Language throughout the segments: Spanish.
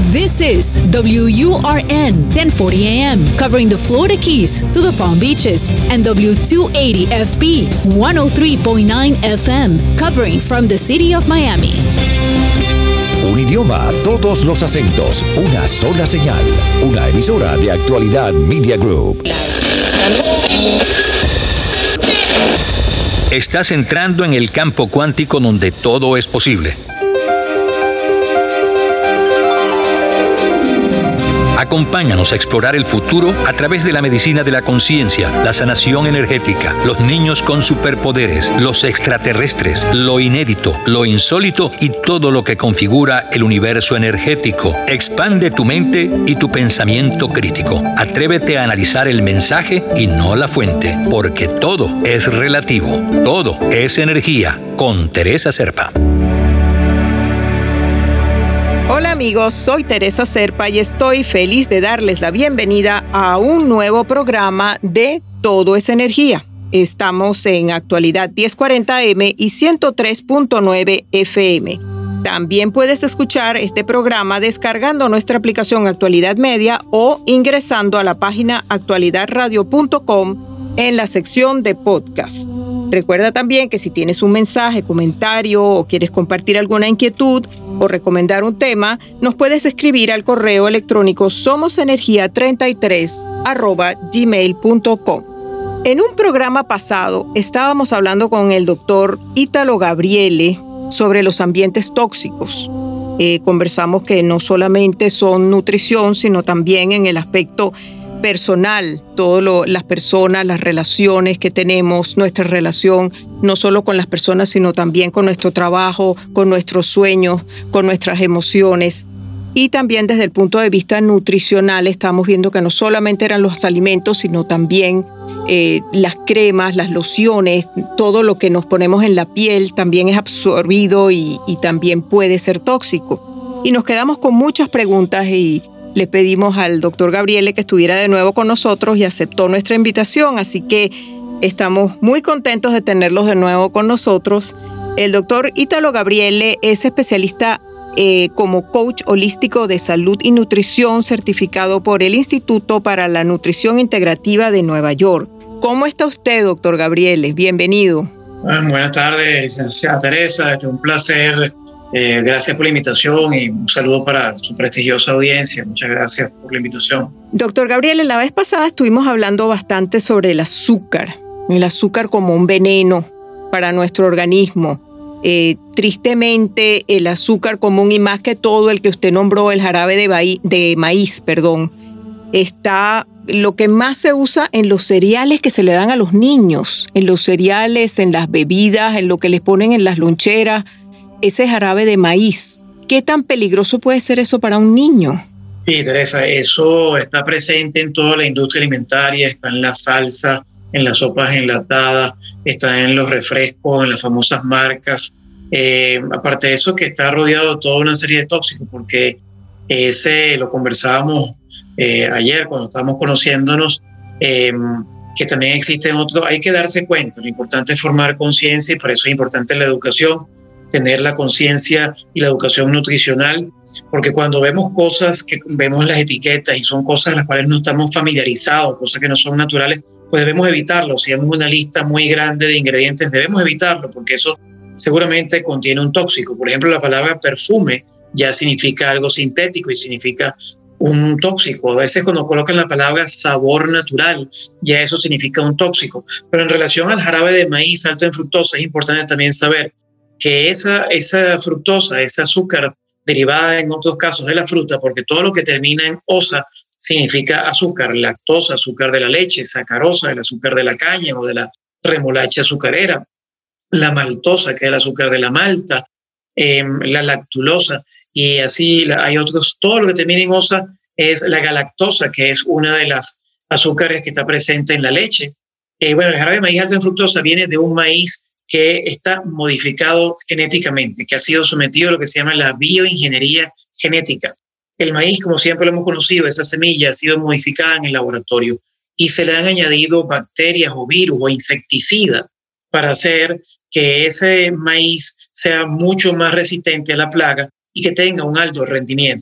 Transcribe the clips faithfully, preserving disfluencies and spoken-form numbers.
This is W U R N ten forty A M, covering the Florida Keys to the Palm Beaches, and W two eighty F B one oh three point nine F M, covering from the city of Miami. Un idioma, todos los acentos, una sola señal. Una emisora de Actualidad Media Group. Estás entrando en el campo cuántico donde todo es posible. Acompáñanos a explorar el futuro a través de la medicina de la conciencia, la sanación energética, los niños con superpoderes, los extraterrestres, lo inédito, lo insólito y todo lo que configura el universo energético. Expande tu mente y tu pensamiento crítico. Atrévete a analizar el mensaje y no la fuente, porque todo es relativo, todo es energía. Con Teresa Serpa. Hola amigos, soy Teresa Serpa y estoy feliz de darles la bienvenida a un nuevo programa de Todo es Energía. Estamos en Actualidad diez cuarenta A M y ciento tres punto nueve F M. También puedes escuchar este programa descargando nuestra aplicación Actualidad Media o ingresando a la página actualidad radio punto com en la sección de podcast. Recuerda también que si tienes un mensaje, comentario o quieres compartir alguna inquietud o recomendar un tema, nos puedes escribir al correo electrónico somosenergia treinta y tres arroba gmail punto com. En un programa pasado estábamos hablando con el doctor Ítalo Gabriele sobre los ambientes tóxicos. Eh, conversamos que no solamente son nutrición, sino también en el aspecto personal, todas las personas, las relaciones que tenemos, nuestra relación no solo con las personas, sino también con nuestro trabajo, con nuestros sueños, con nuestras emociones. Y también desde el punto de vista nutricional estamos viendo que no solamente eran los alimentos, sino también eh, las cremas, las lociones, todo lo que nos ponemos en la piel también es absorbido y, y también puede ser tóxico. Y nos quedamos con muchas preguntas y le pedimos al doctor Gabriele que estuviera de nuevo con nosotros y aceptó nuestra invitación, así que estamos muy contentos de tenerlos de nuevo con nosotros. El doctor Ítalo Gabriele es especialista eh, como coach holístico de salud y nutrición certificado por el Instituto para la Nutrición Integrativa de Nueva York. ¿Cómo está usted, doctor Gabriele? Bienvenido. Bueno, buenas tardes, licenciada Teresa. Es un placer. Eh, gracias por la invitación y un saludo para su prestigiosa audiencia. Muchas gracias por la invitación. Doctor Gabriele, la vez pasada estuvimos hablando bastante sobre el azúcar, el azúcar como un veneno para nuestro organismo. Eh, tristemente, el azúcar común y más que todo el que usted nombró, el jarabe de, maíz, de maíz, perdón, está lo que más se usa en los cereales que se le dan a los niños, en los cereales, en las bebidas, en lo que les ponen en las loncheras. Ese jarabe de maíz, ¿qué tan peligroso puede ser eso para un niño? Sí, Teresa, eso está presente en toda la industria alimentaria, está en la salsa, en las sopas enlatadas, está en los refrescos, en las famosas marcas. Eh, aparte de eso, que está rodeado de toda una serie de tóxicos, porque ese lo conversábamos eh, ayer cuando estábamos conociéndonos, eh, que también existen otros. Hay que darse cuenta, lo importante es formar conciencia y por eso es importante la educación, tener la conciencia y la educación nutricional, porque cuando vemos cosas que vemos las etiquetas y son cosas en las cuales no estamos familiarizados, cosas que no son naturales, pues debemos evitarlo. Si vemos una lista muy grande de ingredientes, debemos evitarlo, porque eso seguramente contiene un tóxico. Por ejemplo, la palabra perfume ya significa algo sintético y significa un tóxico. A veces cuando colocan la palabra sabor natural, ya eso significa un tóxico. Pero en relación al jarabe de maíz alto en fructosa, es importante también saber que esa, esa fructosa, ese azúcar derivada en otros casos de la fruta, porque todo lo que termina en osa significa azúcar, lactosa, azúcar de la leche, sacarosa, el azúcar de la caña o de la remolacha azucarera, la maltosa, que es el azúcar de la malta, eh, la lactulosa, y así la, hay otros. Todo lo que termina en osa es la galactosa, que es una de las azúcares que está presente en la leche. Eh, bueno, el jarabe de maíz alto en fructosa viene de un maíz que está modificado genéticamente, que ha sido sometido a lo que se llama la bioingeniería genética. El maíz, como siempre lo hemos conocido, esa semilla ha sido modificada en el laboratorio y se le han añadido bacterias o virus o insecticidas para hacer que ese maíz sea mucho más resistente a la plaga y que tenga un alto rendimiento.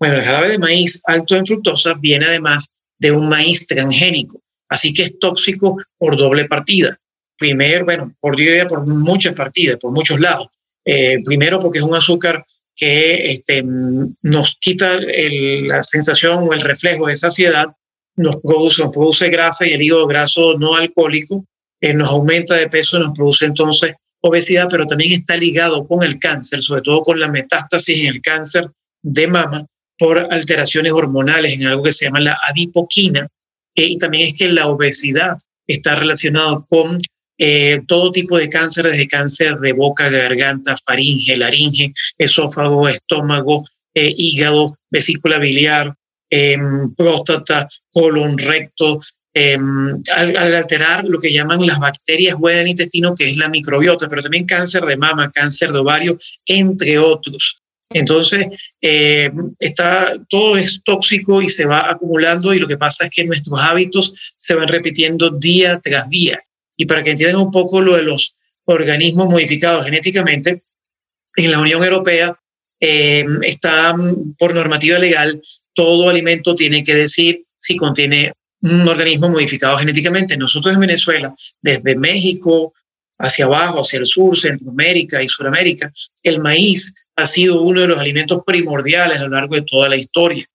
Bueno, el jarabe de maíz alto en fructosa viene además de un maíz transgénico, así que es tóxico por doble partida. Primero, bueno, por, diría, por muchas partidas, por muchos lados. Eh, primero porque es un azúcar que este, nos quita el, la sensación o el reflejo de saciedad, nos produce, nos produce grasa y el hígado graso no alcohólico, eh, nos aumenta de peso, nos produce entonces obesidad, pero también está ligado con el cáncer, sobre todo con la metástasis en el cáncer de mama por alteraciones hormonales en algo que se llama la adipoquina, eh, y también es que la obesidad está relacionada con eh, todo tipo de cáncer, desde cáncer de boca, garganta, faringe, laringe, esófago, estómago, eh, hígado, vesícula biliar, eh, próstata, colon, recto, eh, al, al alterar lo que llaman las bacterias buenas del intestino, que es la microbiota, pero también cáncer de mama, cáncer de ovario, entre otros. Entonces, eh, está, todo es tóxico y se va acumulando, y lo que pasa es que nuestros hábitos se van repitiendo día tras día. Y para que entiendan un poco lo de los organismos modificados genéticamente, en la Unión Europea eh, está por normativa legal, todo alimento tiene que decir si contiene un organismo modificado genéticamente. Nosotros en Venezuela, desde México hacia abajo, hacia el sur, Centroamérica y Sudamérica, el maíz ha sido uno de los alimentos primordiales a lo largo de toda la historia.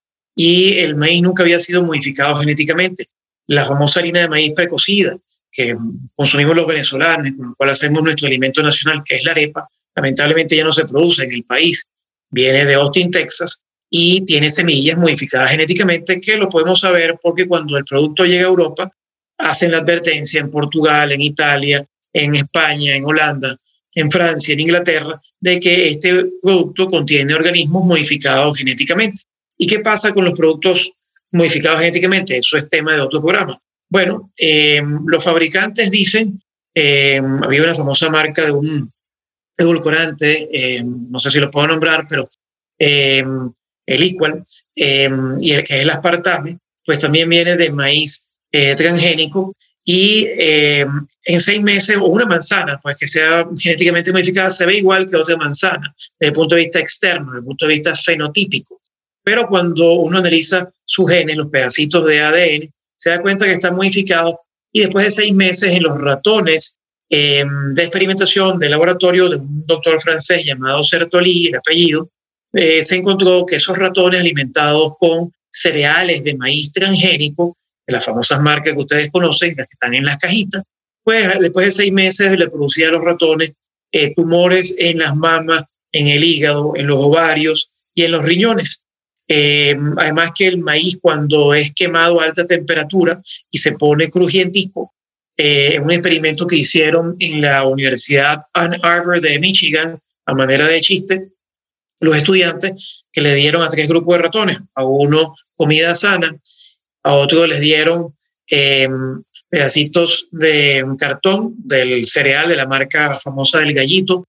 Y el maíz nunca había sido modificado genéticamente. La famosa harina de maíz precocida que consumimos los venezolanos, con lo cual hacemos nuestro alimento nacional, que es la arepa, lamentablemente ya no se produce en el país. Viene de Austin, Texas, y tiene semillas modificadas genéticamente, que lo podemos saber porque cuando el producto llega a Europa, hacen la advertencia en Portugal, en Italia, en España, en Holanda, en Francia, en Inglaterra, de que este producto contiene organismos modificados genéticamente. ¿Y qué pasa con los productos modificados genéticamente? Eso es tema de otro programa. Bueno, eh, los fabricantes dicen, eh, había una famosa marca de un edulcorante, eh, no sé si lo puedo nombrar, pero eh, el Equal, eh, y el que es el aspartame, pues también viene de maíz eh, transgénico, y eh, en seis meses, o una manzana, pues que sea genéticamente modificada, se ve igual que otra manzana, desde el punto de vista externo, desde el punto de vista fenotípico. Pero cuando uno analiza su genes, los pedacitos de A D N, se da cuenta que está modificado, y después de seis meses en los ratones eh, de experimentación de laboratorio de un doctor francés llamado Sertoli, el apellido, eh, se encontró que esos ratones alimentados con cereales de maíz transgénico, de las famosas marcas que ustedes conocen, las que están en las cajitas, pues después de seis meses le producía a los ratones eh, tumores en las mamas, en el hígado, en los ovarios y en los riñones. Eh, además que el maíz, cuando es quemado a alta temperatura y se pone crujientico, eh, en un experimento que hicieron en la Universidad Ann Arbor de Michigan, a manera de chiste, los estudiantes que le dieron a tres grupos de ratones, a uno comida sana, a otro les dieron eh, pedacitos de cartón del cereal de la marca famosa del Gallito,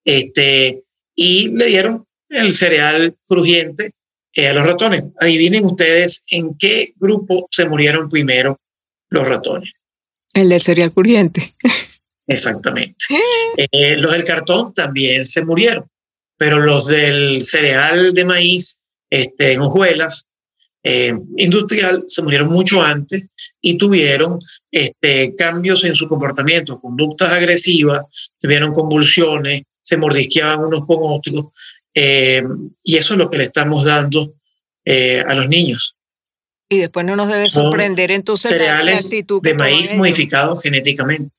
este, y le dieron el cereal crujiente Eh, a los ratones. Adivinen ustedes en qué grupo se murieron primero los ratones. El del cereal crujiente. Exactamente. Eh, los del cartón también se murieron, pero los del cereal de maíz, este, en hojuelas, eh, industrial, se murieron mucho antes y tuvieron este, cambios en su comportamiento, conductas agresivas, tuvieron convulsiones, se mordisqueaban unos con otros. Eh, y eso es lo que le estamos dando eh, a los niños. Y después no nos debe sorprender entonces cereales la actitud que de maíz modificados genéticamente.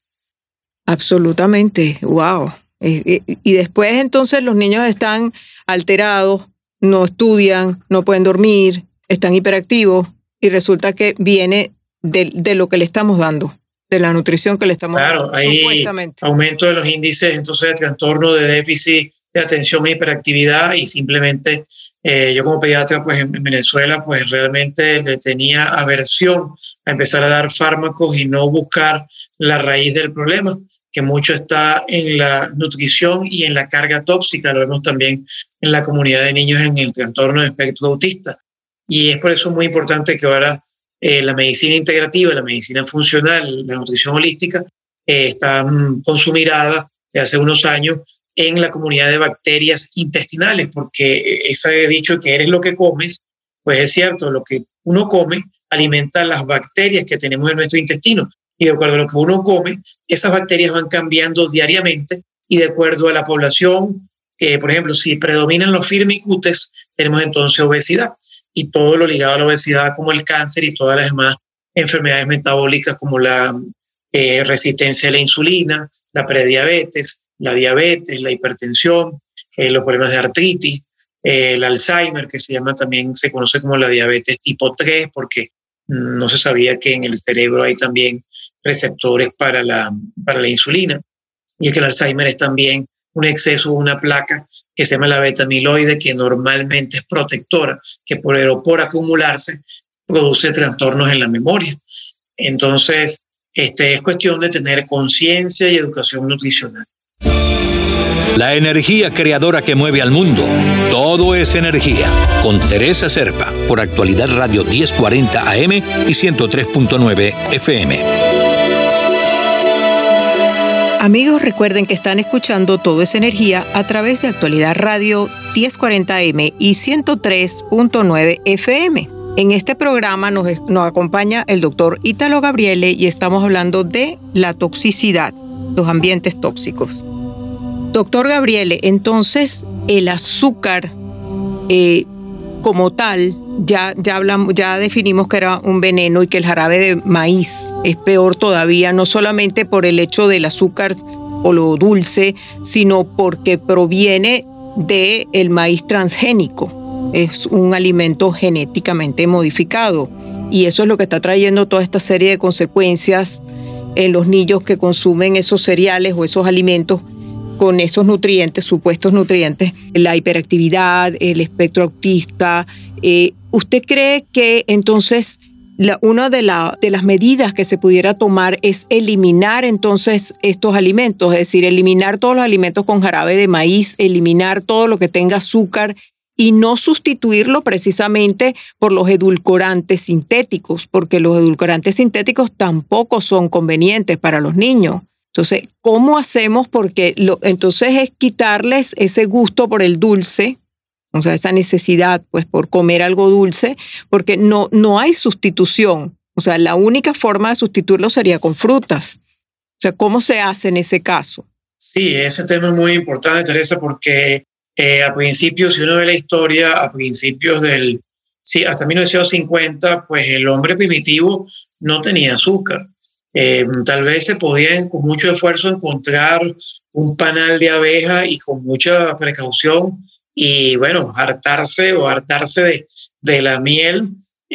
Absolutamente, wow. Y, y, y después entonces los niños están alterados, no estudian, no pueden dormir, están hiperactivos, y resulta que viene de, de lo que le estamos dando, de la nutrición que le estamos claro, dando. Hay supuestamente. Aumento de los índices entonces de trastorno de déficit de atención e hiperactividad, y simplemente eh, yo como pediatra pues en, en Venezuela pues realmente le tenía aversión a empezar a dar fármacos y no buscar la raíz del problema, que mucho está en la nutrición y en la carga tóxica. Lo vemos también en la comunidad de niños en el trastorno de espectro autista, y es por eso muy importante que ahora eh, la medicina integrativa, la medicina funcional, la nutrición holística eh, están con su mirada de hace unos años en la comunidad de bacterias intestinales, porque ese dicho que eres lo que comes Pues es cierto, lo que uno come alimenta las bacterias que tenemos en nuestro intestino. Y de acuerdo a lo que uno come, esas bacterias van cambiando diariamente y de acuerdo a la población, que por ejemplo, si predominan los firmicutes, tenemos entonces obesidad. Y todo lo ligado a la obesidad, como el cáncer y todas las demás enfermedades metabólicas, como la eh, resistencia a la insulina, la prediabetes, la diabetes, la hipertensión, eh, los problemas de artritis, eh, el Alzheimer, que se llama también, se conoce como la diabetes tipo tres, porque no se sabía que en el cerebro hay también receptores para la, para la insulina. Y es que el Alzheimer es también un exceso de una placa que se llama la beta-amiloide, que normalmente es protectora, que por, por acumularse produce trastornos en la memoria. Entonces, este, es cuestión de tener conciencia y educación nutricional. La energía creadora que mueve al mundo. Todo es energía. Con Teresa Serpa, por Actualidad Radio diez cuarenta A M y ciento tres punto nueve F M. Amigos, recuerden que están escuchando Todo es Energía a través de Actualidad Radio diez cuarenta A M y ciento tres punto nueve F M. En este programa nos, nos acompaña el doctor Ítalo Gabriele y estamos hablando de la toxicidad, los ambientes tóxicos. Doctor Gabriele, entonces el azúcar eh, como tal, ya, ya, hablamos, ya definimos que era un veneno y que el jarabe de maíz es peor todavía, no solamente por el hecho del azúcar o lo dulce, sino porque proviene del maíz transgénico. Es un alimento genéticamente modificado y eso es lo que está trayendo toda esta serie de consecuencias en los niños que consumen esos cereales o esos alimentos con esos nutrientes, supuestos nutrientes, la hiperactividad, el espectro autista. Eh, ¿Usted cree que entonces la, una de, la, de las medidas que se pudiera tomar es eliminar entonces estos alimentos? Es decir, eliminar todos los alimentos con jarabe de maíz, eliminar todo lo que tenga azúcar y no sustituirlo precisamente por los edulcorantes sintéticos, porque los edulcorantes sintéticos tampoco son convenientes para los niños. Entonces, ¿cómo hacemos? Porque lo, entonces es quitarles ese gusto por el dulce, o sea, esa necesidad pues por comer algo dulce, porque no, no hay sustitución. O sea, la única forma de sustituirlo sería con frutas. O sea, ¿cómo se hace en ese caso? Sí, ese tema es muy importante, Teresa, porque eh, a principios, si uno ve la historia, a principios del, sí, hasta mil novecientos cincuenta, pues el hombre primitivo no tenía azúcar. Eh, tal vez se podían con mucho esfuerzo encontrar un panal de abeja y con mucha precaución y bueno, hartarse o hartarse de, de la miel,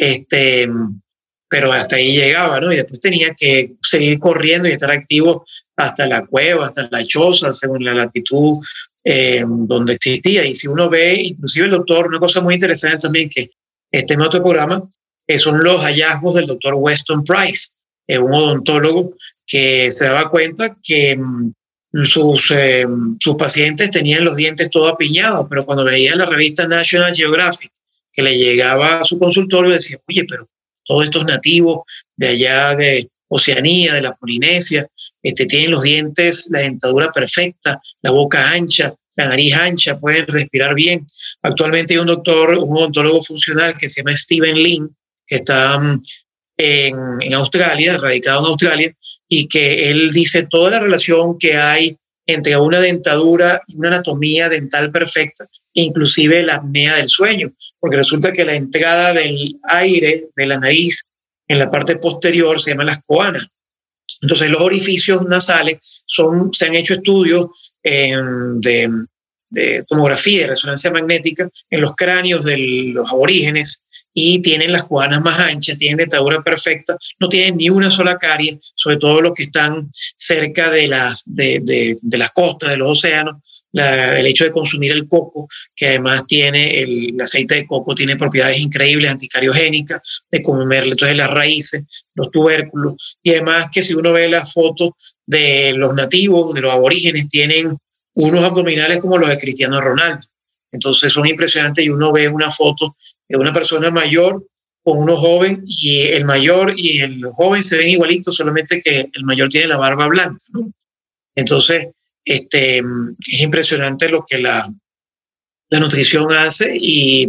este, pero hasta ahí llegaba, ¿no? Y después tenía que seguir corriendo y estar activo hasta la cueva, hasta la choza, según la latitud eh, donde existía. Y si uno ve, inclusive el doctor, una cosa muy interesante también que este en otro programa, eh, son los hallazgos del doctor Weston Price, un odontólogo que se daba cuenta que um, sus, eh, sus pacientes tenían los dientes todos apiñados, pero cuando veía la revista National Geographic que le llegaba a su consultorio decía, oye, pero todos estos nativos de allá de Oceanía, de la Polinesia, este, tienen los dientes, la dentadura perfecta, la boca ancha, la nariz ancha, pueden respirar bien. Actualmente hay un doctor, un odontólogo funcional que se llama Steven Lin, que está um, En, en Australia, radicado en Australia, y que él dice toda la relación que hay entre una dentadura y una anatomía dental perfecta, inclusive la apnea del sueño, porque resulta que la entrada del aire de la nariz en la parte posterior se llama las coanas. Entonces los orificios nasales son, se han hecho estudios eh, de, de tomografía, de resonancia magnética en los cráneos de los aborígenes, y tienen las coanas más anchas, tienen dentadura perfecta, no tienen ni una sola caries, sobre todo los que están cerca de las, de, de, de las costas, de los océanos. La, el hecho de consumir el coco, que además tiene el, el aceite de coco, tiene propiedades increíbles, anticariogénicas, de comer entonces las raíces, los tubérculos, y además que si uno ve las fotos de los nativos, de los aborígenes, tienen unos abdominales como los de Cristiano Ronaldo. Entonces son impresionantes y uno ve una foto de una persona mayor con uno joven y el mayor y el joven se ven igualitos, solamente que el mayor tiene la barba blanca, ¿no? Entonces, este, es impresionante lo que la, la nutrición hace y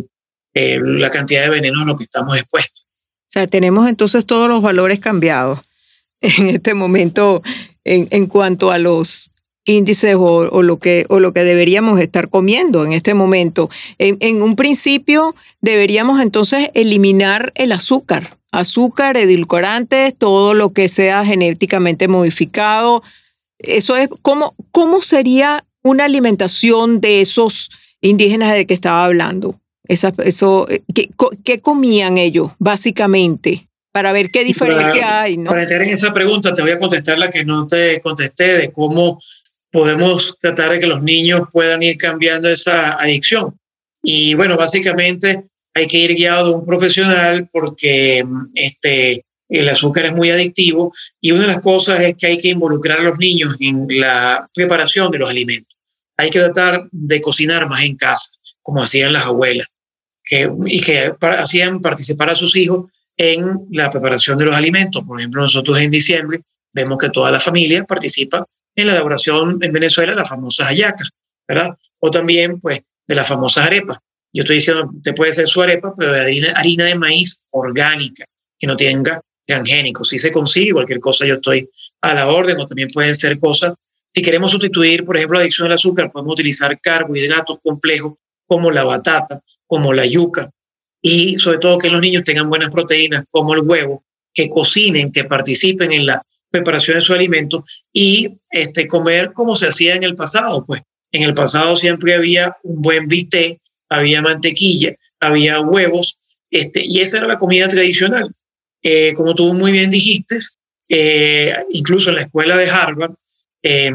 eh, la cantidad de veneno a lo que estamos expuestos. O sea, tenemos entonces todos los valores cambiados en este momento en, en cuanto a los índices o, o, lo que, o lo que deberíamos estar comiendo en este momento. En, en un principio deberíamos entonces eliminar el azúcar, azúcar, edulcorantes, todo lo que sea genéticamente modificado. Eso es, ¿cómo, cómo sería una alimentación de esos indígenas de que estaba hablando? Esa, eso, ¿qué, ¿Qué comían ellos, básicamente? Para ver qué diferencia para, hay, ¿no? Para entrar en esa pregunta, te voy a contestar la que no te contesté, de cómo podemos tratar de que los niños puedan ir cambiando esa adicción. Y bueno, básicamente hay que ir guiado de un profesional porque este, el azúcar es muy adictivo y una de las cosas es que hay que involucrar a los niños en la preparación de los alimentos. Hay que tratar de cocinar más en casa, como hacían las abuelas, que, y que para, hacían participar a sus hijos en la preparación de los alimentos. Por ejemplo, nosotros en diciembre vemos que toda la familia participa en la elaboración en Venezuela de las famosas hallacas, ¿verdad? O también, pues, de las famosas arepas. Yo estoy diciendo, te puede ser su arepa, pero de harina, harina de maíz orgánica, que no tenga transgénicos. Si se consigue cualquier cosa, yo estoy a la orden, o también pueden ser cosas. Si queremos sustituir, por ejemplo, la adicción al azúcar, podemos utilizar carbohidratos complejos como la batata, como la yuca, y sobre todo que los niños tengan buenas proteínas como el huevo, que cocinen, que participen en la preparación de su alimento y este, comer como se hacía en el pasado. Pues en el pasado siempre había un buen bistec, había mantequilla, había huevos, este, y esa era la comida tradicional. Eh, como tú muy bien dijiste, eh, incluso en la escuela de Harvard, eh,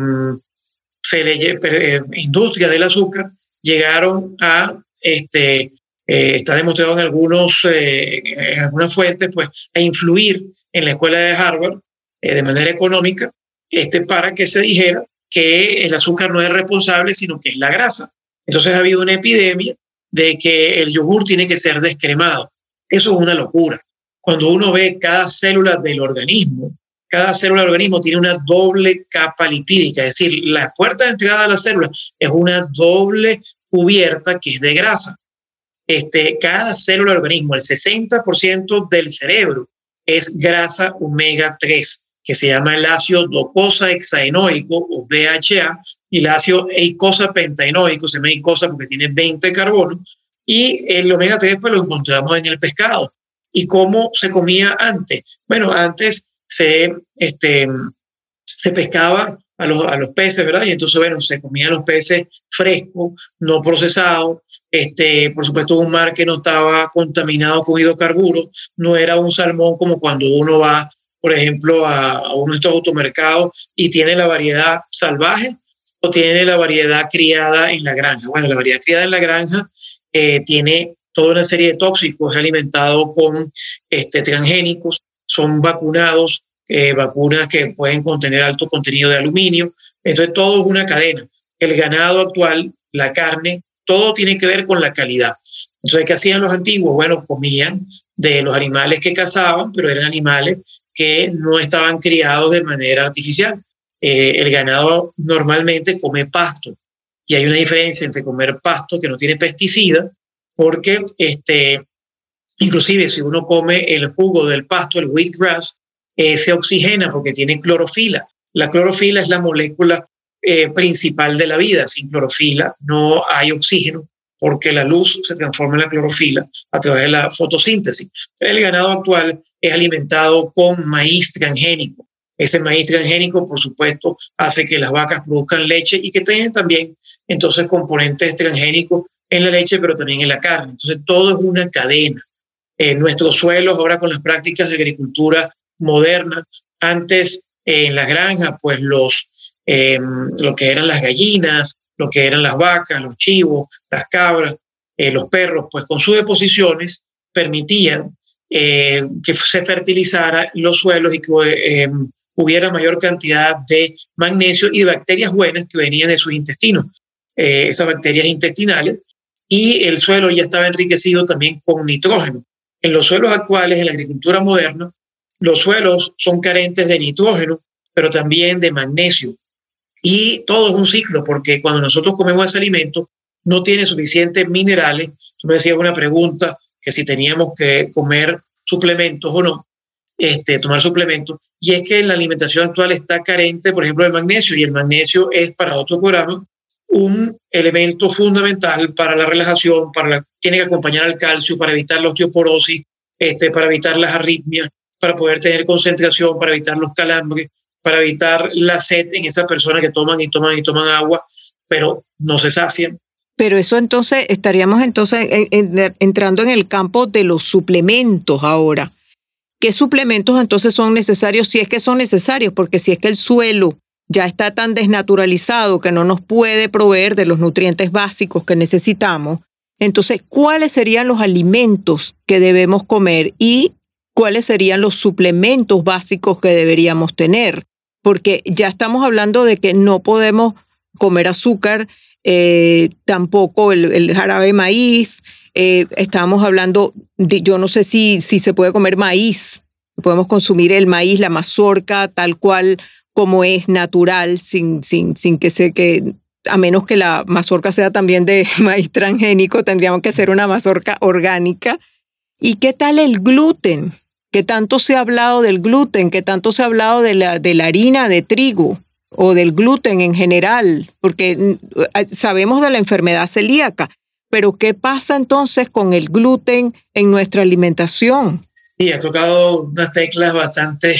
se le, eh, industrias del azúcar llegaron a, este, eh, está demostrado en, algunos, eh, en algunas fuentes, pues, a influir en la escuela de Harvard eh, de manera económica, este, para que se dijera que el azúcar no es responsable, sino que es la grasa. Entonces ha habido una epidemia de que el yogur tiene que ser descremado. Eso es una locura. Cuando uno ve cada célula del organismo, cada célula del organismo tiene una doble capa lipídica, es decir, la puerta de entrada a la célula es una doble cubierta que es de grasa. Este, cada célula del organismo, el sesenta por ciento del cerebro es grasa omega tres, que se llama el ácido docosa hexaenoico o D H A, y el ácido eicosa pentaenoico, se llama eicosa porque tiene veinte carbonos, y el omega tres pues lo encontramos en el pescado. ¿Y cómo se comía antes? Bueno, antes se, este, se pescaba a los, a los peces, ¿verdad? Y entonces, bueno, se comían los peces frescos, no procesados, este, por supuesto un mar que no estaba contaminado con hidrocarburos, no era un salmón como cuando uno va, por ejemplo, a, a uno de estos automercados y tiene la variedad salvaje o tiene la variedad criada en la granja. Bueno, la variedad criada en la granja eh, tiene toda una serie de tóxicos, alimentado con este, transgénicos, son vacunados, eh, vacunas que pueden contener alto contenido de aluminio. Entonces todo es una cadena. El ganado actual, la carne, todo tiene que ver con la calidad. Entonces, ¿qué hacían los antiguos? Bueno, comían de los animales que cazaban, pero eran animales que no estaban criados de manera artificial. Eh, el ganado normalmente come pasto, y hay una diferencia entre comer pasto que no tiene pesticidas, porque este, inclusive si uno come el jugo del pasto, el wheatgrass, eh, se oxigena porque tiene clorofila. La clorofila es la molécula eh, principal de la vida. Sin clorofila no hay oxígeno, porque la luz se transforma en la clorofila a través de la fotosíntesis. El ganado actual es alimentado con maíz transgénico. Ese maíz transgénico, por supuesto, hace que las vacas produzcan leche y que tengan también entonces componentes transgénicos en la leche, pero también en la carne. Entonces, todo es una cadena. En nuestros suelos, ahora con las prácticas de agricultura moderna, antes eh, en las granjas, pues los, eh, lo que eran las gallinas, lo que eran las vacas, los chivos, las cabras, eh, los perros, pues con sus deposiciones permitían eh, que se fertilizara los suelos y que eh, hubiera mayor cantidad de magnesio y de bacterias buenas que venían de sus intestinos, eh, esas bacterias intestinales, y el suelo ya estaba enriquecido también con nitrógeno. En los suelos actuales, en la agricultura moderna, los suelos son carentes de nitrógeno, pero también de magnesio. Y todo es un ciclo, porque cuando nosotros comemos ese alimento, no tiene suficientes minerales. Tú me decías una pregunta que si teníamos que comer suplementos o no, este, tomar suplementos, y es que la alimentación actual está carente, por ejemplo, del magnesio, y el magnesio es, para otro programa, un elemento fundamental para la relajación, para la, tiene que acompañar al calcio para evitar la osteoporosis, este, para evitar las arritmias, para poder tener concentración, para evitar los calambres, para evitar la sed en esas personas que toman y toman y toman agua, pero no se sacian. Pero eso entonces, estaríamos entonces en, en, entrando en el campo de los suplementos ahora. ¿Qué suplementos entonces son necesarios? Si es que son necesarios, porque si es que el suelo ya está tan desnaturalizado que no nos puede proveer de los nutrientes básicos que necesitamos, entonces, ¿cuáles serían los alimentos que debemos comer y cuáles serían los suplementos básicos que deberíamos tener? Porque ya estamos hablando de que no podemos comer azúcar, eh, tampoco el, el jarabe de maíz. Eh, estábamos hablando, de, yo no sé si, si se puede comer maíz. Podemos consumir el maíz, la mazorca, tal cual como es natural, sin, sin, sin que se que a menos que la mazorca sea también de maíz transgénico, tendríamos que hacer una mazorca orgánica. ¿Y qué tal el gluten? ¿Qué tanto se ha hablado del gluten? ¿Qué tanto se ha hablado de la, de la harina de trigo o del gluten en general? Porque sabemos de la enfermedad celíaca, pero ¿qué pasa entonces con el gluten en nuestra alimentación? Y ha tocado unas teclas bastante,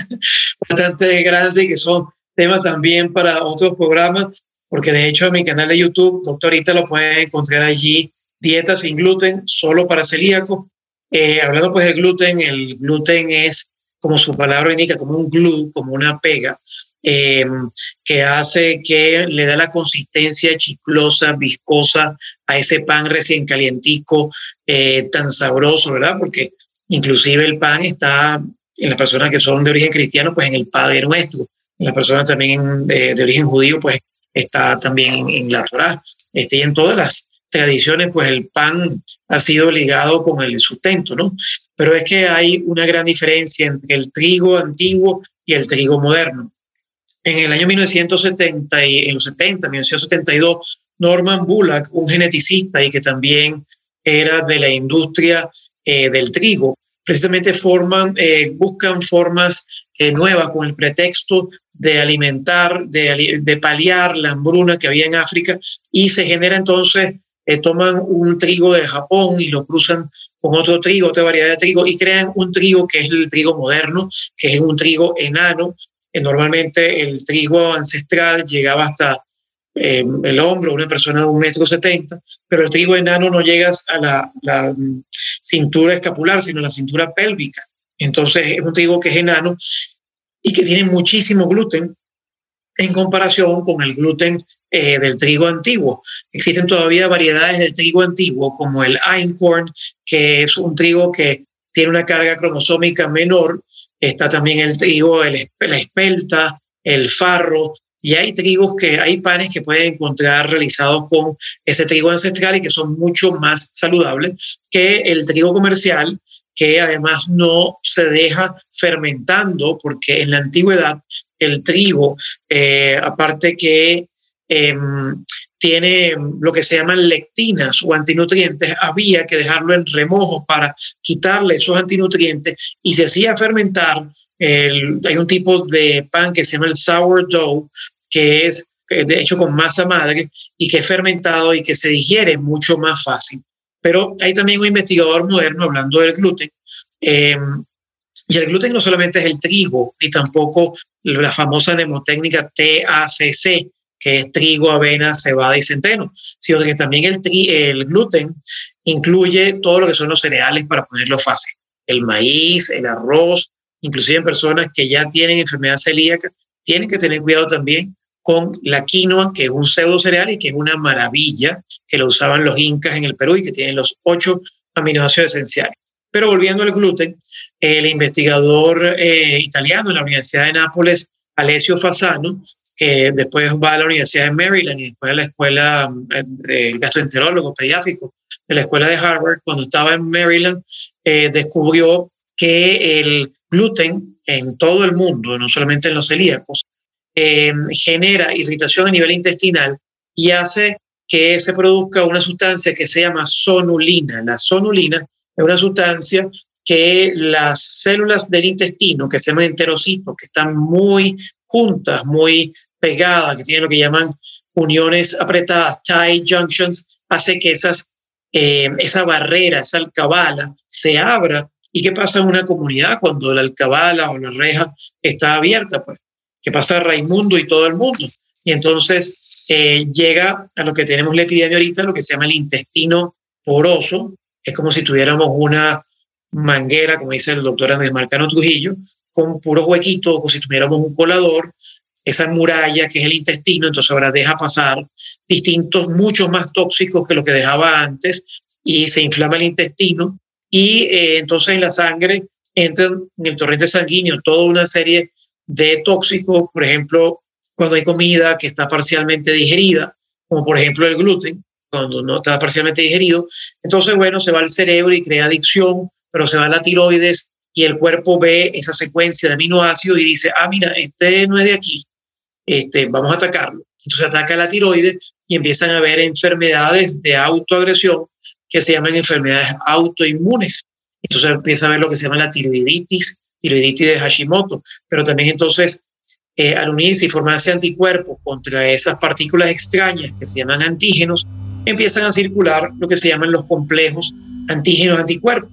bastante grandes que son temas también para otros programas, porque de hecho en mi canal de YouTube, doctorita, lo pueden encontrar allí, Dieta sin gluten, solo para celíacos. Eh, hablando pues del gluten, el gluten es, como su palabra indica, como un glue, como una pega, eh, que hace que le da la consistencia chiclosa, viscosa a ese pan recién calientico, eh, tan sabroso, ¿verdad? Porque inclusive el pan está, en las personas que son de origen cristiano, pues en el Padre Nuestro. En las personas también de, de origen judío, pues está también en, en la Torá. Este, y en todas las tradiciones, pues el pan ha sido ligado con el sustento, ¿no? Pero es que hay una gran diferencia entre el trigo antiguo y el trigo moderno. En el año mil novecientos setenta, y en los setenta, mil novecientos setenta y dos, Norman Bullock, un geneticista y que también era de la industria eh, del trigo, precisamente forman, eh, buscan formas eh, nuevas con el pretexto de alimentar, de, de paliar la hambruna que había en África, y se genera entonces, eh, toman un trigo de Japón y lo cruzan con otro trigo, otra variedad de trigo, y crean un trigo que es el trigo moderno, que es un trigo enano. Eh, normalmente el trigo ancestral llegaba hasta eh, el hombro, una persona de un metro setenta, pero el trigo enano no llega a la, la cintura escapular, sino a la cintura pélvica. Entonces es un trigo que es enano y que tiene muchísimo gluten en comparación con el gluten eh, del trigo antiguo. Existen todavía variedades de trigo antiguo, como el einkorn, que es un trigo que tiene una carga cromosómica menor. Está también el trigo, el, la espelta, el farro, y hay trigos que, hay panes que pueden encontrar realizados con ese trigo ancestral y que son mucho más saludables que el trigo comercial, que además no se deja fermentando, porque en la antigüedad el trigo, eh, aparte que eh, tiene lo que se llaman lectinas o antinutrientes, había que dejarlo en remojo para quitarle esos antinutrientes y se hacía fermentar. El, hay un tipo de pan que se llama el sourdough, que es de hecho con masa madre y que es fermentado y que se digiere mucho más fácil. Pero hay también un investigador moderno hablando del gluten, eh, y el gluten no solamente es el trigo, ni tampoco la famosa mnemotécnica T A C C, que es trigo, avena, cebada y centeno, sino que también el, tri, el gluten incluye todo lo que son los cereales, para ponerlo fácil, el maíz, el arroz. Inclusive en personas que ya tienen enfermedad celíaca, tienen que tener cuidado también con la quinoa, que es un pseudo cereal y que es una maravilla, que lo usaban los incas en el Perú y que tienen los ocho aminoácidos esenciales. Pero volviendo al gluten, el investigador eh, italiano en la Universidad de Nápoles, Alessio Fasano, que después va a la Universidad de Maryland y después a la escuela de gastroenterólogo pediátrico de la escuela de Harvard, cuando estaba en Maryland, eh, descubrió que el gluten en todo el mundo, no solamente en los celíacos, eh, genera irritación a nivel intestinal y hace que se produzca una sustancia que se llama sonulina. La sonulina es una sustancia que las células del intestino, que se llaman enterocitos, que están muy juntas, muy pegadas, que tienen lo que llaman uniones apretadas, tight junctions, hace que esas, eh, esa barrera, esa alcabala se abra. ¿Y qué pasa en una comunidad cuando la alcabala o la reja está abierta? Pues, ¿qué pasa Raimundo y todo el mundo? Y entonces eh, llega a lo que tenemos la epidemia ahorita, lo que se llama el intestino poroso. Es como si tuviéramos una manguera, como dice el doctor Andrés Marcano Trujillo, con puros huequitos, como si tuviéramos un colador, esa muralla que es el intestino, entonces ahora deja pasar distintos, muchos más tóxicos que lo que dejaba antes, y se inflama el intestino, y eh, entonces en la sangre entran en el torrente sanguíneo toda una serie de tóxicos, por ejemplo, cuando hay comida que está parcialmente digerida, como por ejemplo el gluten, cuando no está parcialmente digerido, entonces bueno, se va al cerebro y crea adicción, pero se va a la tiroides y el cuerpo ve esa secuencia de aminoácidos y dice, ah, mira, este no es de aquí, este, vamos a atacarlo. Entonces ataca la tiroides y empiezan a haber enfermedades de autoagresión que se llaman enfermedades autoinmunes. Entonces empieza a ver lo que se llama la tiroiditis, tiroiditis de Hashimoto, pero también entonces eh, al unirse y formarse anticuerpos contra esas partículas extrañas que se llaman antígenos, empiezan a circular lo que se llaman los complejos antígenos-anticuerpos.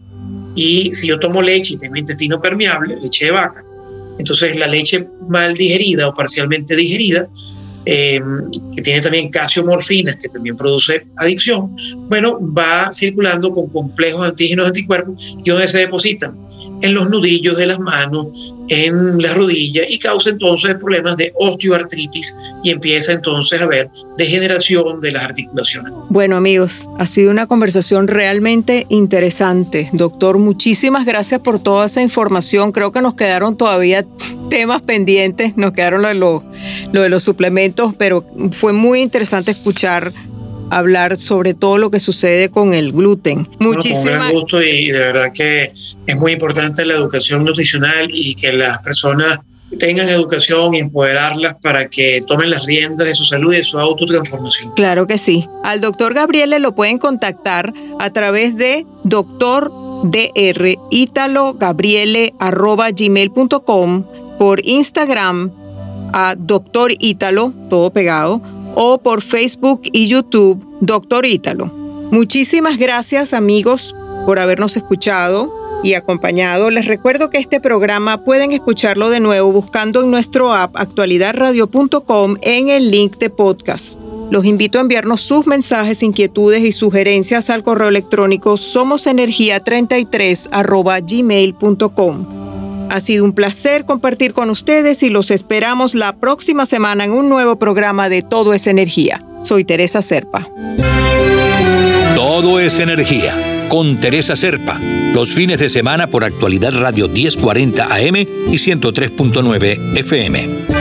Y si yo tomo leche y tengo intestino permeable, leche de vaca, entonces la leche mal digerida o parcialmente digerida, eh, que tiene también calcio-morfinas, que también produce adicción, bueno, va circulando con complejos antígenos-anticuerpos y donde se depositan en los nudillos de las manos, en las rodillas, y causa entonces problemas de osteoartritis y empieza entonces a haber degeneración de las articulaciones. Bueno, amigos, ha sido una conversación realmente interesante. Doctor, muchísimas gracias por toda esa información. Creo que nos quedaron todavía temas pendientes, nos quedaron lo de, lo, lo de los suplementos, pero fue muy interesante escuchar hablar sobre todo lo que sucede con el gluten. Muchísimas gracias. Con gran gusto, y de verdad que es muy importante la educación nutricional y que las personas tengan educación y empoderarlas para que tomen las riendas de su salud y de su autotransformación. Claro que sí. Al doctor Gabriele lo pueden contactar a través de doctor dr italo gabriele arroba gmail punto com, por Instagram a doctor Italo, todo pegado, o por Facebook y YouTube, doctor Italo. Muchísimas gracias, amigos, por habernos escuchado y acompañado. Les recuerdo que este programa pueden escucharlo de nuevo buscando en nuestro app actualidad radio punto com en el link de podcast. Los invito a enviarnos sus mensajes, inquietudes y sugerencias al correo electrónico somosenergia treinta y tres arroba gmail punto com. Ha sido un placer compartir con ustedes y los esperamos la próxima semana en un nuevo programa de Todo es Energía. Soy Teresa Serpa. Todo es Energía, con Teresa Serpa. Los fines de semana por Actualidad Radio diez cuarenta A M y ciento tres punto nueve F M.